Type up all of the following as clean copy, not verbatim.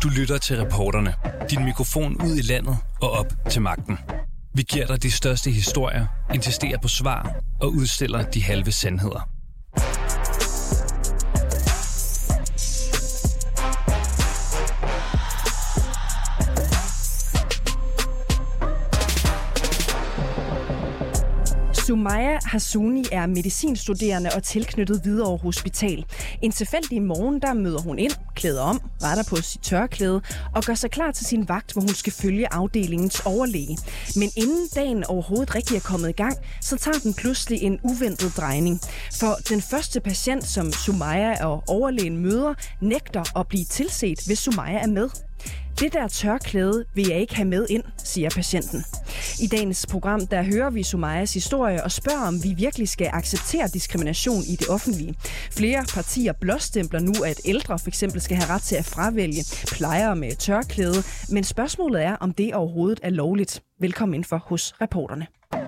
Du lytter til Reporterne. Din mikrofon ud i landet og op til magten. Vi giver dig de største historier, insisterer på svar og udstiller de halve sandheder. Sumaya Hassouni er medicinstuderende og tilknyttet Hvidovre Hospital. En tilfældig morgen, der møder hun ind, klæder om, retter på sit tørklæde og gør sig klar til sin vagt, hvor hun skal følge afdelingens overlæge. Men inden dagen overhovedet rigtig er kommet i gang, så tager den pludselig en uventet drejning. For den første patient, som Sumaya og overlægen møder, nægter at blive tilset, hvis Sumaya er med. Det der tørklæde vil jeg ikke have med ind, siger patienten. I dagens program, der hører vi Sumayas historie og spørger, om vi virkelig skal acceptere diskrimination i det offentlige. Flere partier blåstempler nu, at ældre for eksempel skal have ret til at fravælge plejere med tørklæde, men spørgsmålet er, om det overhovedet er lovligt. Velkommen indenfor hos Reporterne.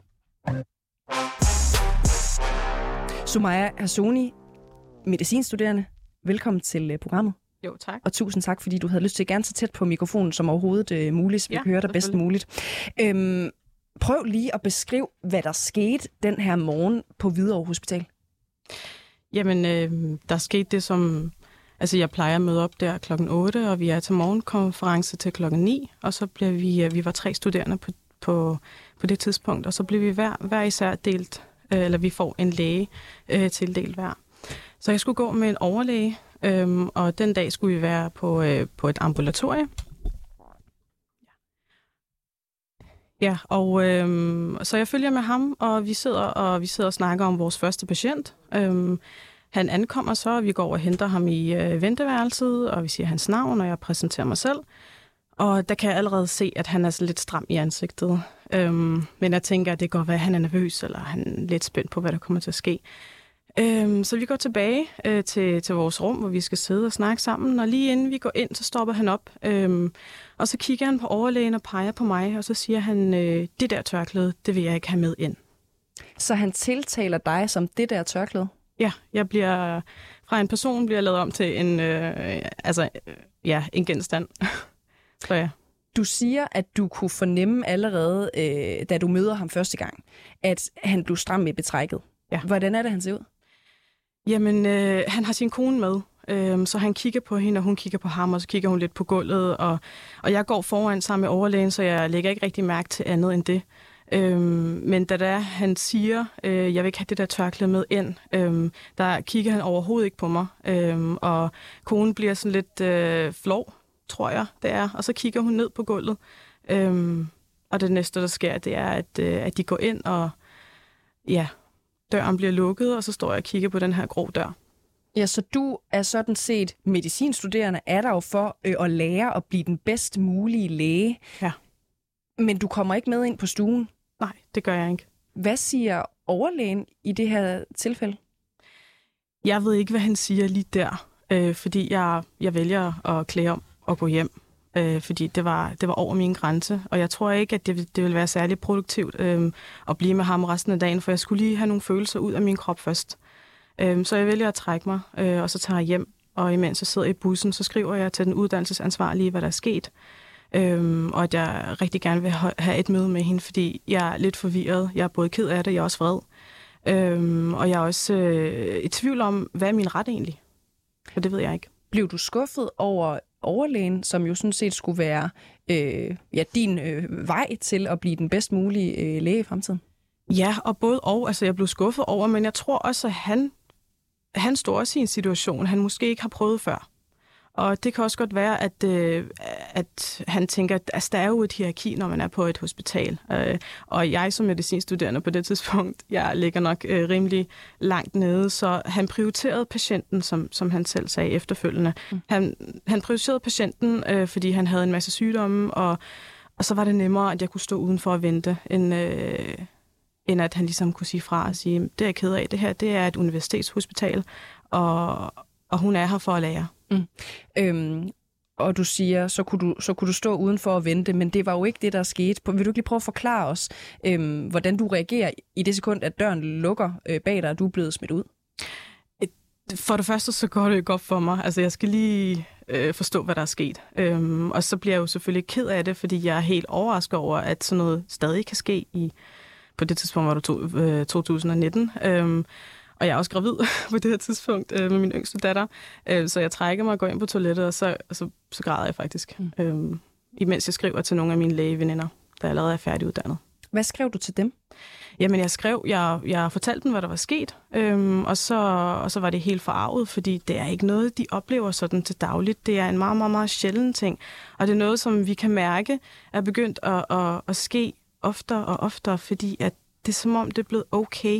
Sumaya Hassouni, medicinstuderende. Velkommen til programmet. Jo, tak. Og tusind tak, fordi du havde lyst til gerne så tæt på mikrofonen som overhovedet muligt, så vi kan høre dig bedst muligt. Prøv lige at beskrive, hvad der skete den her morgen på Hvidovre Hospital. Jamen, der skete det som... Altså, jeg plejer at møde op der klokken 8, og vi er til morgenkonference til klokken 9, og så blev vi var 3 studerende på det tidspunkt, og så blev vi hver især delt, eller vi får en læge tildelt hver. Så jeg skulle gå med en overlæge, og den dag skulle vi være på et ambulatorie. Ja, og så jeg følger med ham, og vi sidder og snakker om vores første patient. Han ankommer så, og vi går og henter ham i venteværelset, og vi siger hans navn, og jeg præsenterer mig selv. Og der kan jeg allerede se, at han er så lidt stram i ansigtet. Men jeg tænker, at det kan godt være, at han er nervøs, eller han er lidt spændt på, hvad der kommer til at ske. Så vi går tilbage til vores rum, hvor vi skal sidde og snakke sammen, og lige inden vi går ind, så stopper han op, og så kigger han på overlægen og peger på mig, og så siger han, det der tørklæde, det vil jeg ikke have med ind. Så han tiltaler dig som det der tørklæde? Ja, jeg bliver fra en person bliver lavet om til en genstand. Så ja. Du siger, at du kunne fornemme allerede, da du møder ham første gang, at han blev stram i betrækket. Ja. Hvordan er det, han ser ud? Jamen, han har sin kone med, så han kigger på hende, og hun kigger på ham, og så kigger hun lidt på gulvet, og jeg går foran sammen med overlægen, så jeg lægger ikke rigtig mærke til andet end det. Men da han siger, jeg vil ikke have det der tørklæde med ind, der kigger han overhovedet ikke på mig, og konen bliver sådan lidt flov, tror jeg, det er, og så kigger hun ned på gulvet, og det næste, der sker, det er, at de går ind, og ja, døren bliver lukket, og så står jeg og kigger på den her grå dør. Ja, så du er sådan set medicinstuderende, er der jo for at lære at blive den bedst mulige læge. Ja. Men du kommer ikke med ind på stuen? Nej, det gør jeg ikke. Hvad siger overlægen i det her tilfælde? Jeg ved ikke, hvad han siger lige der, fordi jeg vælger at klæde om og gå hjem. Fordi det var over min grænse, og jeg tror ikke, at det ville være særlig produktivt at blive med ham resten af dagen, for jeg skulle lige have nogle følelser ud af min krop først. Så jeg vælger at trække mig, og så tager jeg hjem, og imens jeg sidder i bussen, så skriver jeg til den uddannelsesansvarlige, hvad der er sket, og at jeg rigtig gerne vil have et møde med hende, fordi jeg er lidt forvirret. Jeg er både ked af det, jeg er også vred, og jeg er også i tvivl om, hvad er min ret egentlig? For det ved jeg ikke. Blev du skuffet over overlægen, som jo sådan set skulle være din vej til at blive den bedst mulige læge i fremtiden? Ja, og både og. Altså, jeg blev skuffet over, men jeg tror også, at han står også i en situation, han måske ikke har prøvet før. Og det kan også godt være, at han tænker, at der er jo et hierarki, når man er på et hospital. Og jeg som medicinstuderende på det tidspunkt, jeg ligger nok rimelig langt nede, så han prioriterede patienten, som han selv sagde efterfølgende. Han prioriterede patienten, fordi han havde en masse sygdomme, og så var det nemmere, at jeg kunne stå udenfor og vente, end at han ligesom kunne sige fra og sige, det er jeg ked af, det her, det er et universitetshospital, og hun er her for at lære. Og du siger, så kunne du stå udenfor og vente, men det var jo ikke det, der skete. Vil du ikke lige prøve at forklare os, hvordan du reagerer i det sekund, at døren lukker bag dig, og du er blevet smidt ud? For det første, så går det ikke op for mig. Altså, jeg skal lige forstå, hvad der er sket. Og så bliver jeg jo selvfølgelig ked af det, fordi jeg er helt overrasket over, at sådan noget stadig kan ske på det tidspunkt var det 2019. Og jeg er også gravid på det her tidspunkt med min yngste datter. Så jeg trækker mig og går ind på toilettet, og så græder jeg faktisk. Imens jeg skriver til nogle af mine lægeveninder, der allerede er færdiguddannet. Hvad skrev du til dem? Jamen, jeg fortalte dem, hvad der var sket, og så var det helt forarvet, fordi det er ikke noget, de oplever sådan til dagligt. Det er en meget, meget, meget sjælden ting, og det er noget, som vi kan mærke er begyndt at ske oftere og oftere, fordi at det er som om, det er blevet okay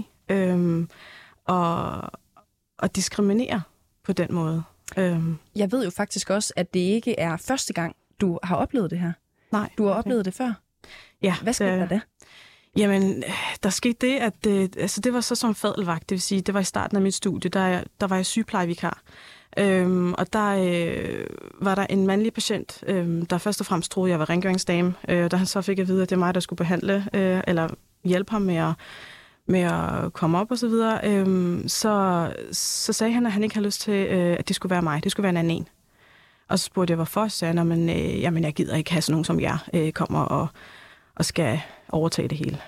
at diskriminere på den måde. Jeg ved jo faktisk også, at det ikke er første gang, du har oplevet det her. Nej. Du har oplevet det før. Ja. Hvad skete der da? Jamen, der skete det, at det var så som fadelvagt, det vil sige, det var i starten af mit studie, der var jeg sygeplejevikar. Og der var der en mandlig patient, der først og fremmest troede, jeg var rengøringsdame. Da han så fik at vide, at det er mig, der skulle behandle, eller hjælpe ham med at komme op og så videre, så sagde han, at han ikke havde lyst til, at det skulle være mig. Det skulle være en anden en. Og så spurgte jeg, hvorfor? Så sagde han, jamen, jeg gider ikke have sådan nogen som jer kommer og skal overtage det hele.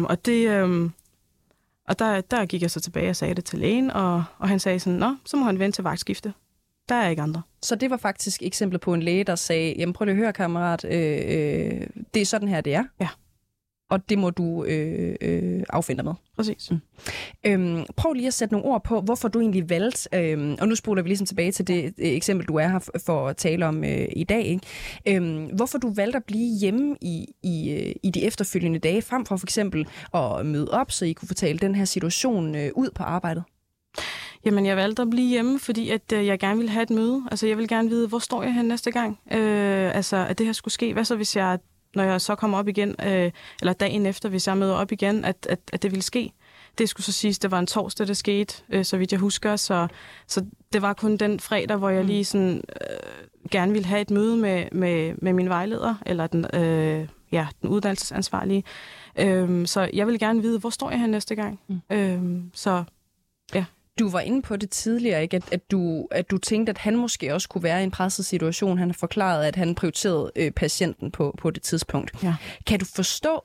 Og der gik jeg så tilbage og sagde det til lægen, og han sagde sådan, nå, så må han vente til vagtskifte. Der er ikke andre. Så det var faktisk eksemplet på en læge, der sagde, jamen prøv lige at høre, kammerat, det er sådan her, det er. Ja. Og det må du affinde dig med. Præcis. Prøv lige at sætte nogle ord på, hvorfor du egentlig valgte, og nu spoler vi ligesom tilbage til det eksempel, du er her for at tale om i dag, ikke? Hvorfor du valgte at blive hjemme i de efterfølgende dage, frem for eksempel at møde op, så I kunne fortælle den her situation ud på arbejdet? Jamen, jeg valgte at blive hjemme, fordi at jeg gerne ville have et møde. Altså, jeg vil gerne vide, hvor står jeg hen næste gang? At det her skulle ske. Hvad så, hvis når jeg så kommer op igen, eller dagen efter, hvis jeg møder op igen, at det ville ske. Det skulle så siges, det var en torsdag, det skete, så vidt jeg husker. Så det var kun den fredag, hvor jeg lige sådan, gerne ville have et møde med min vejleder, eller den uddannelsesansvarlige. Så jeg ville gerne vide, hvor står jeg hen næste gang. Så ja. Du var inde på det tidligere, ikke? At du tænkte, at han måske også kunne være i en presset situation. Han har forklaret, at han prioriterede patienten på det tidspunkt. Ja. Kan du forstå,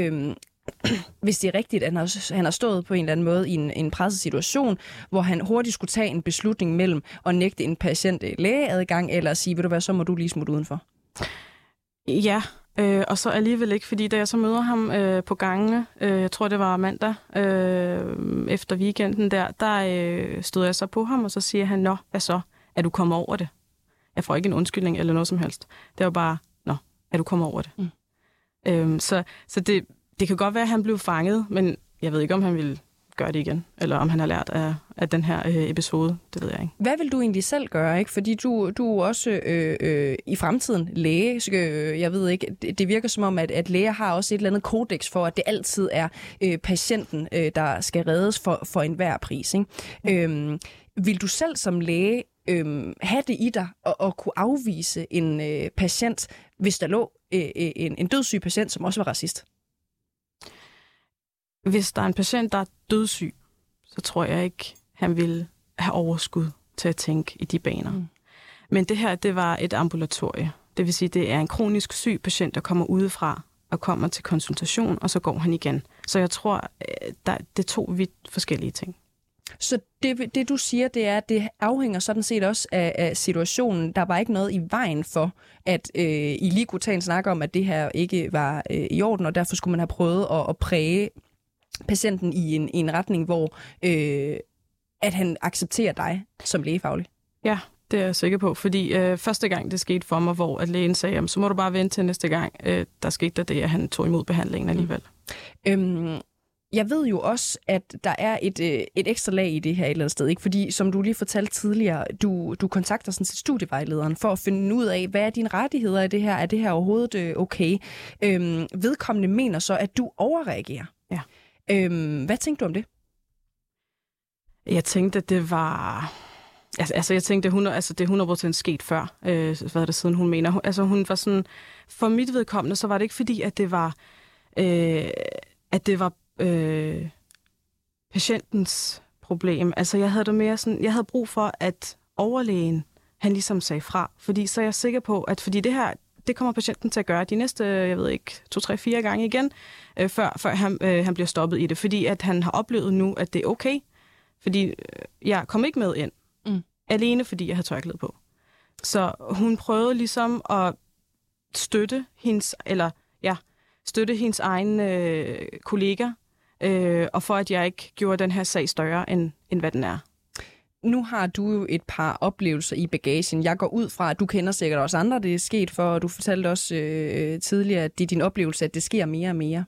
hvis det er rigtigt, at han har stået på en eller anden måde i en presset situation, hvor han hurtigt skulle tage en beslutning mellem at nægte en patient lægeadgang, eller at sige, ved du hvad, så må du lige smutte udenfor? Ja. Og så alligevel ikke, fordi da jeg så møder ham på gangene, jeg tror det var mandag efter weekenden der stod jeg så på ham, og så siger han, nå, hvad så? Er du kommet over det? Jeg får ikke en undskyldning eller noget som helst. Det var bare, nå, er du kommet over det? Så det kan godt være, at han blev fanget, men jeg ved ikke, om han ville gøre det igen, eller om han har lært af den her episode, det ved jeg ikke. Hvad vil du egentlig selv gøre, ikke? Fordi du er også i fremtiden læge. Jeg ved ikke, det virker som om, at læger har også et eller andet kodex for, at det altid er patienten, der skal reddes for enhver pris, ikke? Vil du selv som læge have det i dig at kunne afvise en patient, hvis der lå en dødssyg patient, som også var racist? Hvis der er en patient, der er dødssyg, så tror jeg ikke, han vil have overskud til at tænke i de baner. Men det her, det var et ambulatorie. Det vil sige, det er en kronisk syg patient, der kommer udefra og kommer til konsultation, og så går han igen. Så jeg tror, det er 2 vidt forskellige ting. Så det du siger, det er, at det afhænger sådan set også af situationen. Der var ikke noget i vejen for, at I lige kunne tage en snak om, at det her ikke var i orden, og derfor skulle man have prøvet at præge patienten i en retning, hvor at han accepterer dig som lægefaglig. Ja, det er jeg sikker på, fordi første gang det skete for mig, hvor at lægen sagde, så må du bare vente til næste gang, der skete der det, at han tog imod behandlingen alligevel. Jeg ved jo også, at der er et ekstra lag i det her et eller andet sted, ikke? Fordi som du lige fortalte tidligere, du kontakter sådan set studievejlederen for at finde ud af, hvad er dine rettigheder i det her? Er det her overhovedet okay? Vedkommende mener så, at du overreagerer. Ja. Hvad tænkte du om det? Jeg tænkte, at det var... Altså, jeg tænkte, det er 100% sket før, hvad er det siden hun mener. Altså, hun var sådan... For mit vedkommende, så var det ikke fordi, at det var... patientens problem. Altså, jeg havde det mere sådan, jeg havde brug for, at overlægen, han ligesom sagde fra. Fordi så er jeg sikker på, at fordi det her, det kommer patienten til at gøre de næste, jeg ved ikke, 2, 3, 4 gange igen, før han bliver stoppet i det. Fordi at han har oplevet nu, at det er okay. Fordi jeg kom ikke med ind. Alene fordi jeg havde tørklæde på. Så hun prøvede ligesom at støtte hendes egen kollega, og for at jeg ikke gjorde den her sag større, end hvad den er. Nu har du jo et par oplevelser i bagagen. Jeg går ud fra, at du kender sikkert også andre, det er sket for, og du fortalte også tidligere, at det er din oplevelse, at det sker mere og mere.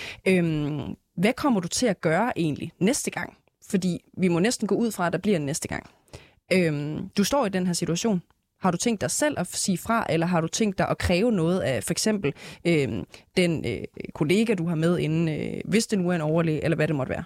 Hvad kommer du til at gøre egentlig næste gang? Fordi vi må næsten gå ud fra, at der bliver en næste gang. Du står i den her situation. Har du tænkt dig selv at sige fra, eller har du tænkt dig at kræve noget af for eksempel den kollega, du har med inden, hvis det nu er en overlæge, eller hvad det måtte være?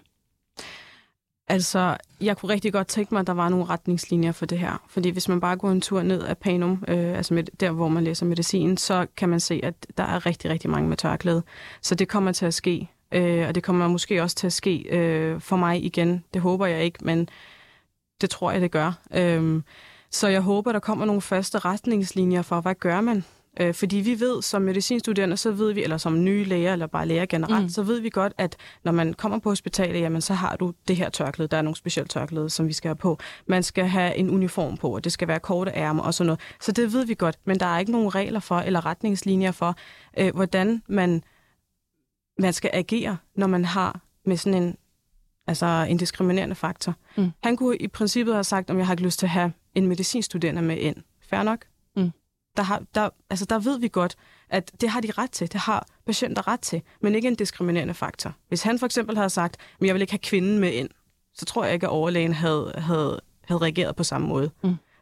Altså, jeg kunne rigtig godt tænke mig, at der var nogle retningslinjer for det her. Fordi hvis man bare går en tur ned ad Panum, altså der, hvor man læser medicin, så kan man se, at der er rigtig, rigtig mange med tørklæde. Så det kommer til at ske, og det kommer måske også til at ske for mig igen. Det håber jeg ikke, men det tror jeg, det gør. Så jeg håber, der kommer nogle faste retningslinjer for, hvad gør man? Fordi vi ved, som medicinstuderende, så ved vi, eller som nye læger, eller bare læger generelt, så ved vi godt, at når man kommer på hospitalet, jamen, så har du det her tørklæde. Der er nogle specielle tørklæde, som vi skal have på. Man skal have en uniform på, og det skal være korte ærmer og sådan noget. Så det ved vi godt, men der er ikke nogen regler for, eller retningslinjer for, hvordan man skal agere, når man har med sådan en diskriminerende faktor. Han kunne i princippet have sagt, om jeg har ikke lyst til at have en medicinstuderende med ind. Fair nok. Der ved vi godt, at det har de ret til. Det har patienter ret til, men ikke en diskriminerende faktor. Hvis han for eksempel havde sagt, at jeg vil ikke have kvinden med ind, så tror jeg ikke, at overlægen havde reageret på samme måde.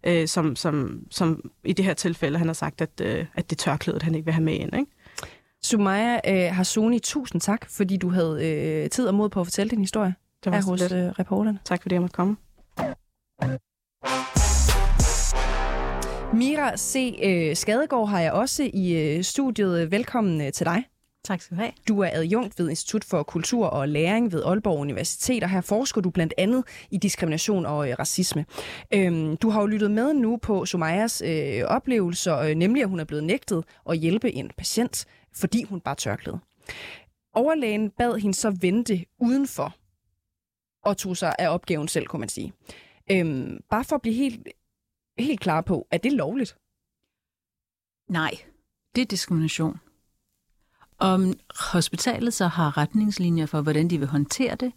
Som i det her tilfælde, han har sagt, at det tørklædet, han ikke vil have med ind. Ikke? Sumaya Hassouni, tusind tak, fordi du havde tid og mod på at fortælle din historie her hos reporterne. Tak fordi jeg måtte komme. Mira C. Skadegaard har jeg også i studiet. Velkommen til dig. Tak skal du have. Du er adjunkt ved Institut for Kultur og Læring ved Aalborg Universitet, og her forsker du blandt andet i diskrimination og racisme. Du har jo lyttet med nu på Sumayas oplevelser, nemlig at hun er blevet nægtet at hjælpe en patient, fordi hun bar tørklæde. Overlægen bad hende så vente udenfor og tog sig af opgaven selv, kunne man sige. Bare for at blive helt klar på, er det lovligt? Nej, det er diskrimination. Om hospitalet så har retningslinjer for, hvordan de vil håndtere det,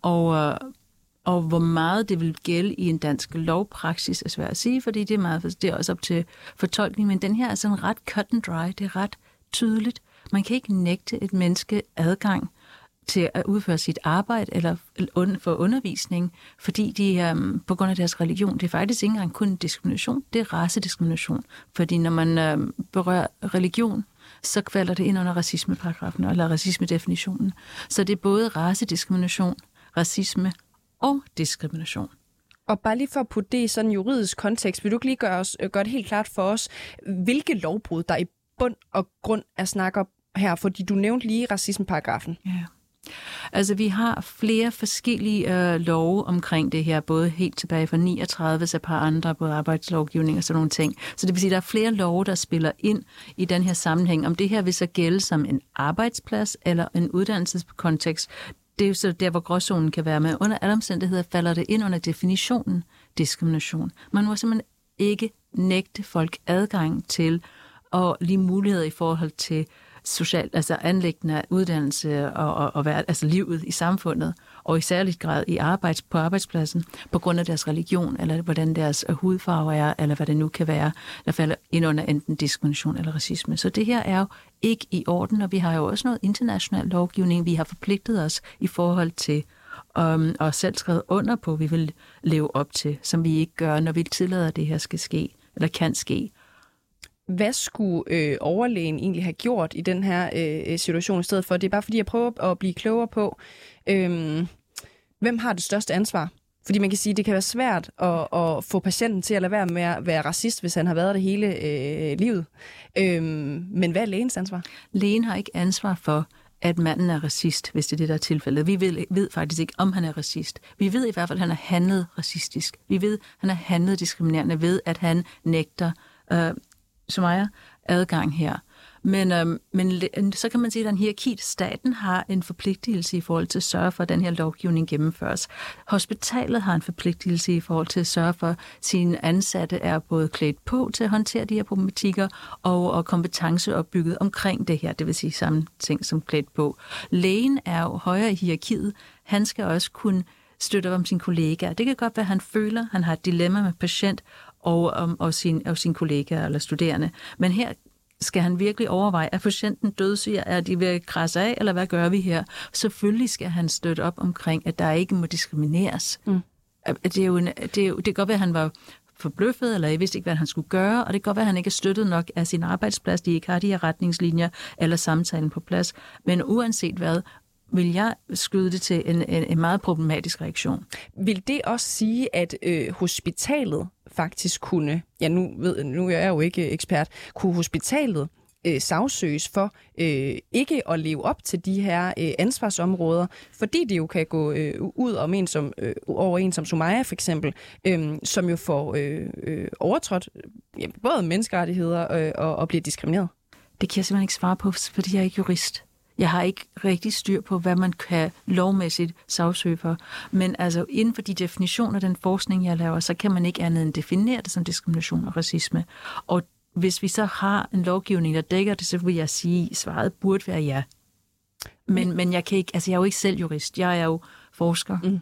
og hvor meget det vil gælde i en dansk lovpraksis, er svært at sige, fordi det er også op til fortolkning, men den her er sådan ret cut and dry, det er ret tydeligt. Man kan ikke nægte et menneske adgang til at udføre sit arbejde eller få undervisning, fordi de på grund af deres religion, det er faktisk ikke engang kun diskrimination, det er racediskrimination. Fordi når man berører religion, så falder det ind under racismeparagrafen eller racismedefinitionen. Så det er både racediskrimination, racisme og diskrimination. Og bare lige for at putte det i sådan en juridisk kontekst, vil du ikke lige gøre det helt klart for os, hvilke lovbrud der i bund og grund er snak om her? Fordi du nævnte lige racismeparagrafen. Ja. Altså, vi har flere forskellige love omkring det her, både helt tilbage fra 39, så et par andre, både arbejdslovgivning og sådan nogle ting. Så det vil sige, at der er flere love, der spiller ind i den her sammenhæng. Om det her vil så gælde som en arbejdsplads eller en uddannelseskontekst, det er jo så der, hvor gråzonen kan være med. Under alle omstændigheder falder det ind under definitionen diskrimination. Man må simpelthen ikke nægte folk adgang til og lige muligheder i forhold til socialt, altså anlæggende uddannelse og altså livet i samfundet, og i særlig grad på arbejdspladsen, på grund af deres religion, eller hvordan deres hudfarve er, eller hvad det nu kan være, der falder ind under enten diskrimination eller racisme. Så det her er jo ikke i orden, og vi har jo også noget international lovgivning, vi har forpligtet os i forhold til, og selv skrevet under på, vi vil leve op til, som vi ikke gør, når vi tillader, at det her skal ske, eller kan ske. Hvad skulle overlægen egentlig have gjort i den her situation i stedet for? Det er bare fordi, jeg prøver at blive klogere på, hvem har det største ansvar? Fordi man kan sige, at det kan være svært at få patienten til at lade være med at være racist, hvis han har været det hele livet. Men hvad er lægens ansvar? Lægen har ikke ansvar for, at manden er racist, hvis det er det, der er tilfældet. Vi ved faktisk ikke, om han er racist. Vi ved i hvert fald, at han har handlet racistisk. Vi ved, at han har handlet diskriminerende ved, at han nægter Sumaya adgang her. Men så kan man sige, at den hierarki, staten har en forpligtelse i forhold til at sørge for, at den her lovgivning gennemføres. Hospitalet har en forpligtelse i forhold til at sørge for, at sine ansatte er både klædt på til at håndtere de her problematikker og kompetence opbygget omkring det her, det vil sige samme ting som klædt på. Lægen er jo højere i hierarkiet. Han skal også kunne støtte op om sine kollegaer. Det kan godt være, at han føler, at han har et dilemma med patient og sine kollegaer eller studerende. Men her skal han virkelig overveje, er patienten dødssyg, er de ved at krasse af, eller hvad gør vi her? Selvfølgelig skal han støtte op omkring, at der ikke må diskrimineres. Det kan godt være, at han var forbløffet, eller jeg vidste ikke, hvad han skulle gøre, og det kan godt være, at han ikke er støttet nok af sin arbejdsplads, de ikke har de her retningslinjer eller samtalen på plads. Men uanset hvad, vil jeg skyde det til en meget problematisk reaktion. Vil det også sige, at hospitalet faktisk kunne, nu er jeg jo ikke ekspert, kunne hospitalet sagsøges for ikke at leve op til de her ansvarsområder, fordi det jo kan gå ud om over en som Sumaya for eksempel, som jo får overtrådt både menneskerettigheder og bliver diskrimineret? Det kan jeg simpelthen ikke svare på, fordi jeg er ikke jurist. Jeg har ikke rigtig styr på, hvad man kan lovmæssigt sagsøge for. Men altså inden for de definitioner, den forskning, jeg laver, så kan man ikke andet end definere det som diskrimination og racisme. Og hvis vi så har en lovgivning, der dækker det, så vil jeg sige, at svaret burde være ja. Men jeg kan ikke, altså jeg er jo ikke selv jurist, jeg er jo forsker.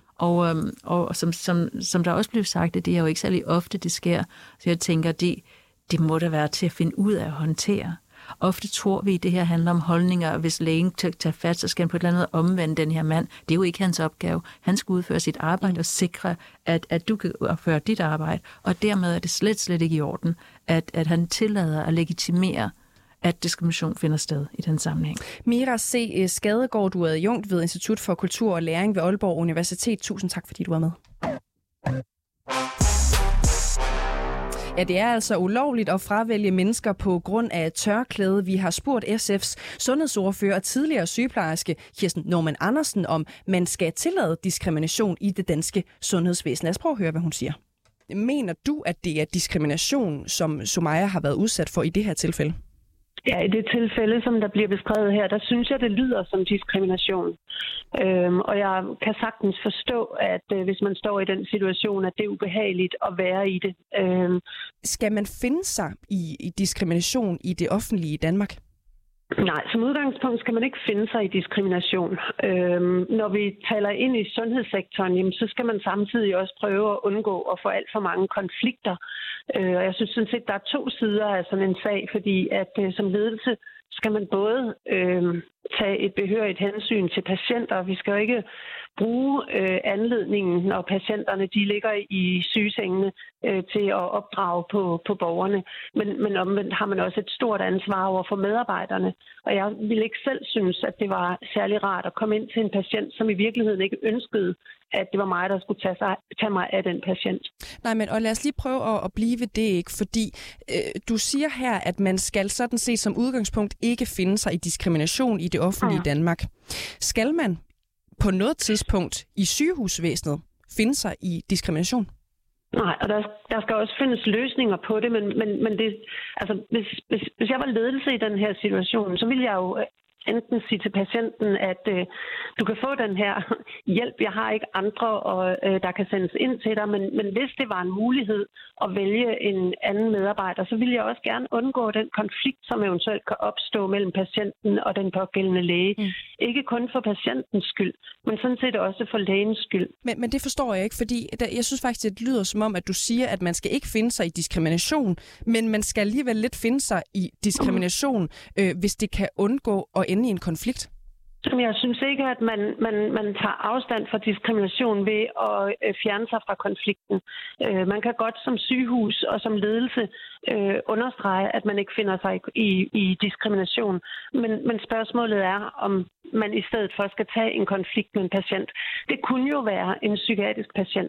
Og som der også blev sagt, det er jo ikke særlig ofte, det sker. Så jeg tænker, det må da være til at finde ud af at håndtere. Ofte tror vi, at det her handler om holdninger, og hvis lægen tager fat, så skal han på et eller andet omvende den her mand. Det er jo ikke hans opgave. Han skal udføre sit arbejde og sikre, at du kan udføre dit arbejde. Og dermed er det slet ikke i orden, at han tillader at legitimere, at diskrimination finder sted i den sammenhæng. Mira C. Skadegaard, du er adjunkt ved Institut for Kultur og Læring ved Aalborg Universitet. Tusind tak, fordi du var med. Ja, det er altså ulovligt at fravælge mennesker på grund af tørklæde. Vi har spurgt SF's sundhedsordfører og tidligere sygeplejerske Kirsten Normann Andersen, om man skal tillade diskrimination i det danske sundhedsvæsen. Lad os prøve at høre, hvad hun siger. Mener du, at det er diskrimination, som Sumaya har været udsat for i det her tilfælde? Ja, i det tilfælde, som der bliver beskrevet her, der synes jeg, det lyder som diskrimination. Og jeg kan sagtens forstå, at hvis man står i den situation, at det er ubehageligt at være i det. Skal man finde sig i diskrimination i det offentlige i Danmark? Nej, som udgangspunkt skal man ikke finde sig i diskrimination. Når vi taler ind i sundhedssektoren, jamen, så skal man samtidig også prøve at undgå at få alt for mange konflikter. Og jeg synes sådan set, der er to sider af sådan en sag, fordi at som ledelse skal man både tage et behørigt hensyn til patienter. Vi skal jo ikke bruge anledningen, når patienterne de ligger i sygesengene, til at opdrage på borgerne. Men omvendt har man også et stort ansvar over for medarbejderne. Og jeg ville ikke selv synes, at det var særlig rart at komme ind til en patient, som i virkeligheden ikke ønskede, at det var mig, der skulle tage mig af den patient. Nej, men og lad os lige prøve at blive ved det, ikke? Fordi du siger her, at man skal sådan set som udgangspunkt ikke finde sig i diskrimination i det offentlige Danmark. Skal man på noget tidspunkt i sygehusvæsenet finde sig i diskrimination? Nej, og der skal også findes løsninger på det, men det, altså, hvis jeg var ledelse i den her situation, så ville jeg jo enten sige til patienten, at du kan få den her hjælp, jeg har ikke andre, der kan sendes ind til dig, men hvis det var en mulighed at vælge en anden medarbejder, så ville jeg også gerne undgå den konflikt, som eventuelt kan opstå mellem patienten og den pågældende læge. Ikke kun for patientens skyld, men sådan set også for lægens skyld. Men det forstår jeg ikke, fordi jeg synes faktisk, det lyder som om, at du siger, at man skal ikke finde sig i diskrimination, men man skal alligevel lidt finde sig i diskrimination, hvis det kan undgå at ende i en konflikt? Jeg synes ikke, at man tager afstand fra diskrimination ved at fjerne sig fra konflikten. Man kan godt som sygehus og som ledelse understrege, at man ikke finder sig i diskrimination. Men spørgsmålet er, om man i stedet for skal tage en konflikt med en patient. Det kunne jo være en psykiatrisk patient,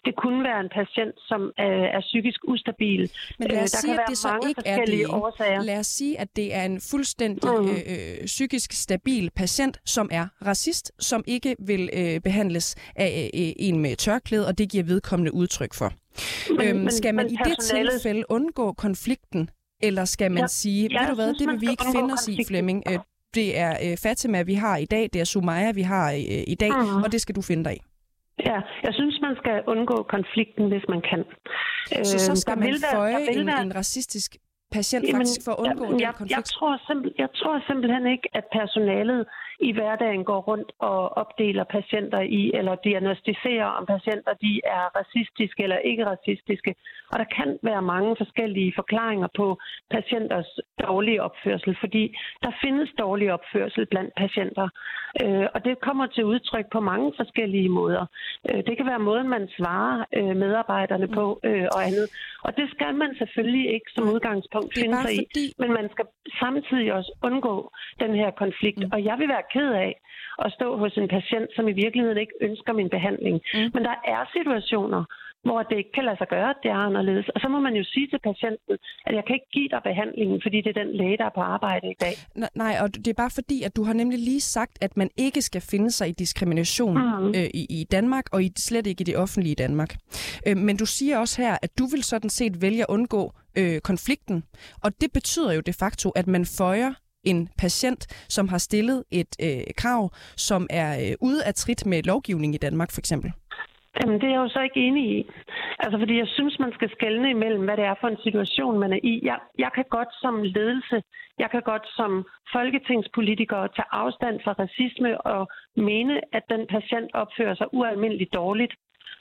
Det kunne være en patient, som er psykisk ustabil. Men lad os sige, at det så ikke er det. Årsager. Lad os sige, at det er en fuldstændig psykisk stabil patient, som er racist, som ikke vil behandles af en med tørklæde, og det giver vedkommende udtryk for. Skal man i det tilfælde undgå konflikten, eller skal man sige, ved du hvad, det vil vi ikke finde os i, Flemming. Det er Fatima, vi har i dag, det er Sumaya, vi har i dag, og det skal du finde dig i. Ja, jeg synes, man skal undgå konflikten, hvis man kan. Så skal man føje en racistisk patient faktisk for at undgå den konflikt? Jeg tror simpelthen ikke, at personalet i hverdagen går rundt og opdeler patienter i, eller diagnostiserer, om patienter de er racistiske eller ikke racistiske. Og der kan være mange forskellige forklaringer på patienters dårlige opførsel, fordi der findes dårlig opførsel blandt patienter. Og det kommer til udtryk på mange forskellige måder. Det kan være måden, man svarer medarbejderne på og andet. Og det skal man selvfølgelig ikke som udgangspunkt finde sig i. Men man skal samtidig også undgå den her konflikt. Og jeg vil være ked af at stå hos en patient, som i virkeligheden ikke ønsker min behandling. Men der er situationer, hvor det ikke kan lade sig gøre, at det er anderledes. Og så må man jo sige til patienten, at jeg kan ikke give dig behandlingen, fordi det er den læge, der er på arbejde i dag. Nej, og det er bare fordi, at du har nemlig lige sagt, at man ikke skal finde sig i diskrimination i Danmark, og slet ikke i det offentlige Danmark. Men du siger også her, at du vil sådan set vælge at undgå konflikten. Og det betyder jo de facto, at man føjer en patient, som har stillet et krav, som er ude af trit med lovgivning i Danmark, for eksempel. Jamen, det er jeg jo så ikke enig i. Altså, fordi jeg synes, man skal skelne imellem, hvad det er for en situation, man er i. Jeg kan godt som ledelse, jeg kan godt som folketingspolitiker tage afstand fra racisme og mene, at den patient opfører sig ualmindeligt dårligt.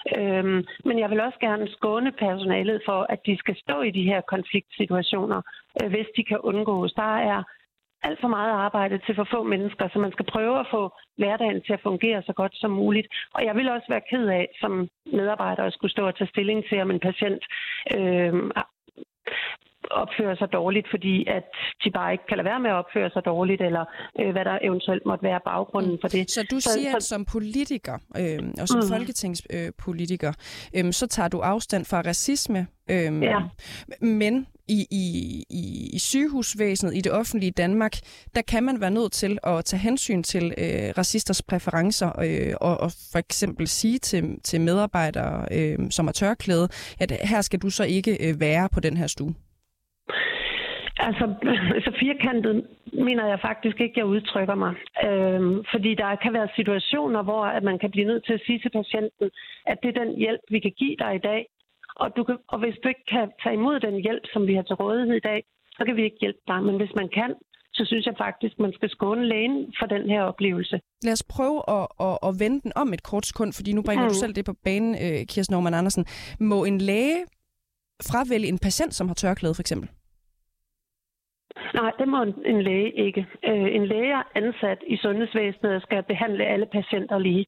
Men jeg vil også gerne skåne personalet for, at de skal stå i de her konfliktsituationer, hvis de kan undgås. Der er alt for meget arbejde til for få mennesker, så man skal prøve at få hverdagen til at fungere så godt som muligt. Og jeg vil også være ked af, som medarbejder, at skulle stå og tage stilling til, om en patient opfører sig dårligt, fordi at de bare ikke kan lade være med at opføre sig dårligt, eller hvad der eventuelt måtte være baggrunden for det. Så du siger, at som politiker, og som folketingspolitiker, så tager du afstand fra racisme, men i sygehusvæsenet, i det offentlige Danmark, der kan man være nødt til at tage hensyn til racisters præferencer, og for eksempel sige til medarbejdere, som er tørklæde, at her skal du så ikke være på den her stue. Altså, så firkantet mener jeg faktisk ikke, jeg udtrykker mig. Fordi der kan være situationer, hvor at man kan blive nødt til at sige til patienten, at det er den hjælp, vi kan give dig i dag. Og hvis du ikke kan tage imod den hjælp, som vi har til rådighed i dag, så kan vi ikke hjælpe dig. Men hvis man kan, så synes jeg faktisk, man skal skåne lægen for den her oplevelse. Lad os prøve at vende den om et kort sekund, fordi nu bringer du selv det på banen, Kirsten Normann Andersen. Må en læge fravælge en patient, som har tørklæde, for eksempel? Nej, det må en læge ikke. En læge er ansat i sundhedsvæsenet og skal behandle alle patienter lige.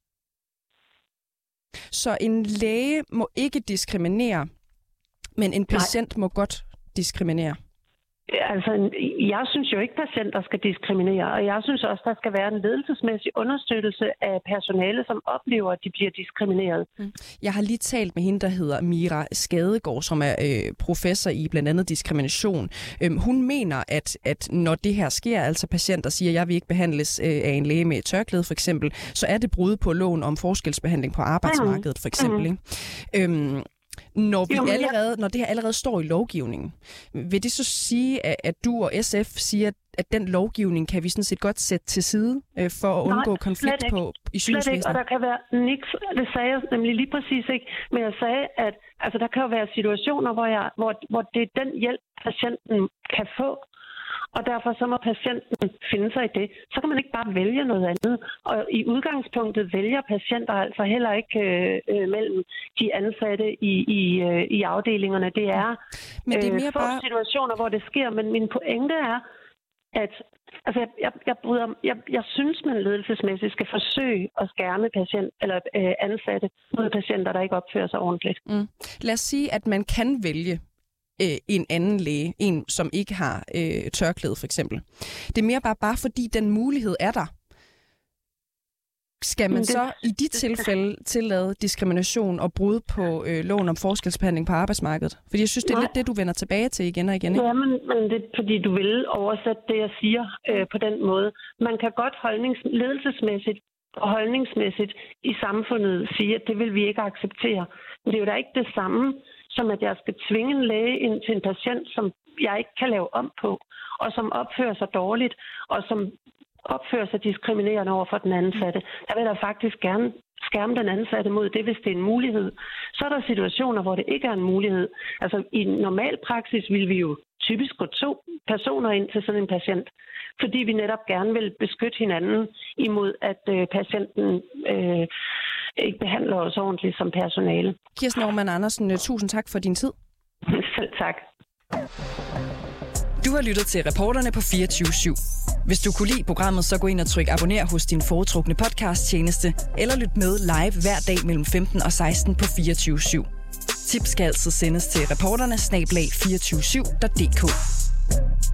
Så en læge må ikke diskriminere, men en patient må godt diskriminere? Altså, jeg synes jo ikke, patienter skal diskriminere, og jeg synes også, der skal være en ledelsesmæssig understøttelse af personale, som oplever, at de bliver diskrimineret. Jeg har lige talt med hende, der hedder Mira Skadegaard, som er professor i blandt andet diskrimination. Hun mener, at når det her sker, altså patienter siger, at jeg vil ikke behandles af en læge med tørklæde for eksempel, så er det brud på loven om forskelsbehandling på arbejdsmarkedet for eksempel. Ikke? Når det her allerede står i lovgivningen, vil det så sige, at du og SF siger, at den lovgivning kan vi sådan set godt sætte til side for at undgå konflikt i sygehusvæsenet? Og der kan være niks, det sagde jeg nemlig lige præcis ikke, men jeg sagde, at altså, der kan jo være situationer, hvor det er den hjælp, patienten kan få, og derfor så må patienten finde sig i det. Så kan man ikke bare vælge noget andet. Og i udgangspunktet vælger patienter altså heller ikke mellem de ansatte i afdelingerne. Det er, få situationer, hvor det sker, men min pointe er, at altså, jeg synes, man ledelsesmæssigt skal forsøge at skærme ansatte mod patienter, der ikke opfører sig ordentligt. Lad os sige, at man kan vælge en anden læge, en som ikke har tørklæde for eksempel. Det er mere bare fordi den mulighed er der. Skal man så i de tilfælde tillade diskrimination og brud på loven om forskelsbehandling på arbejdsmarkedet? Fordi jeg synes, det er lidt det, du vender tilbage til igen og igen. Ikke? Ja, men det er fordi, du vil oversætte det, jeg siger på den måde. Man kan godt ledelsesmæssigt og holdningsmæssigt i samfundet sige, at det vil vi ikke acceptere. Men det er jo da ikke det samme, som at jeg skal tvinge en læge ind til en patient, som jeg ikke kan lave om på, og som opfører sig dårligt, og som opfører sig diskriminerende over for den ansatte. Jeg vil da faktisk gerne skærme den ansatte mod det, hvis det er en mulighed. Så er der situationer, hvor det ikke er en mulighed. Altså i normal praksis vil vi jo typisk gå 2 personer ind til sådan en patient, fordi vi netop gerne vil beskytte hinanden imod, at patienten ikke behandler os ordentligt som personale. Kirsten Normann Andersen, tusind tak for din tid. Selv tak. Du har lyttet til Reporterne på 24/7. Hvis du kunne lide programmet, så gå ind og tryk abonner hos din foretrukne podcasttjeneste, eller lyt med live hver dag mellem 15 og 16 på 24/7. Tips skal altid sendes til reporterne@247.dk.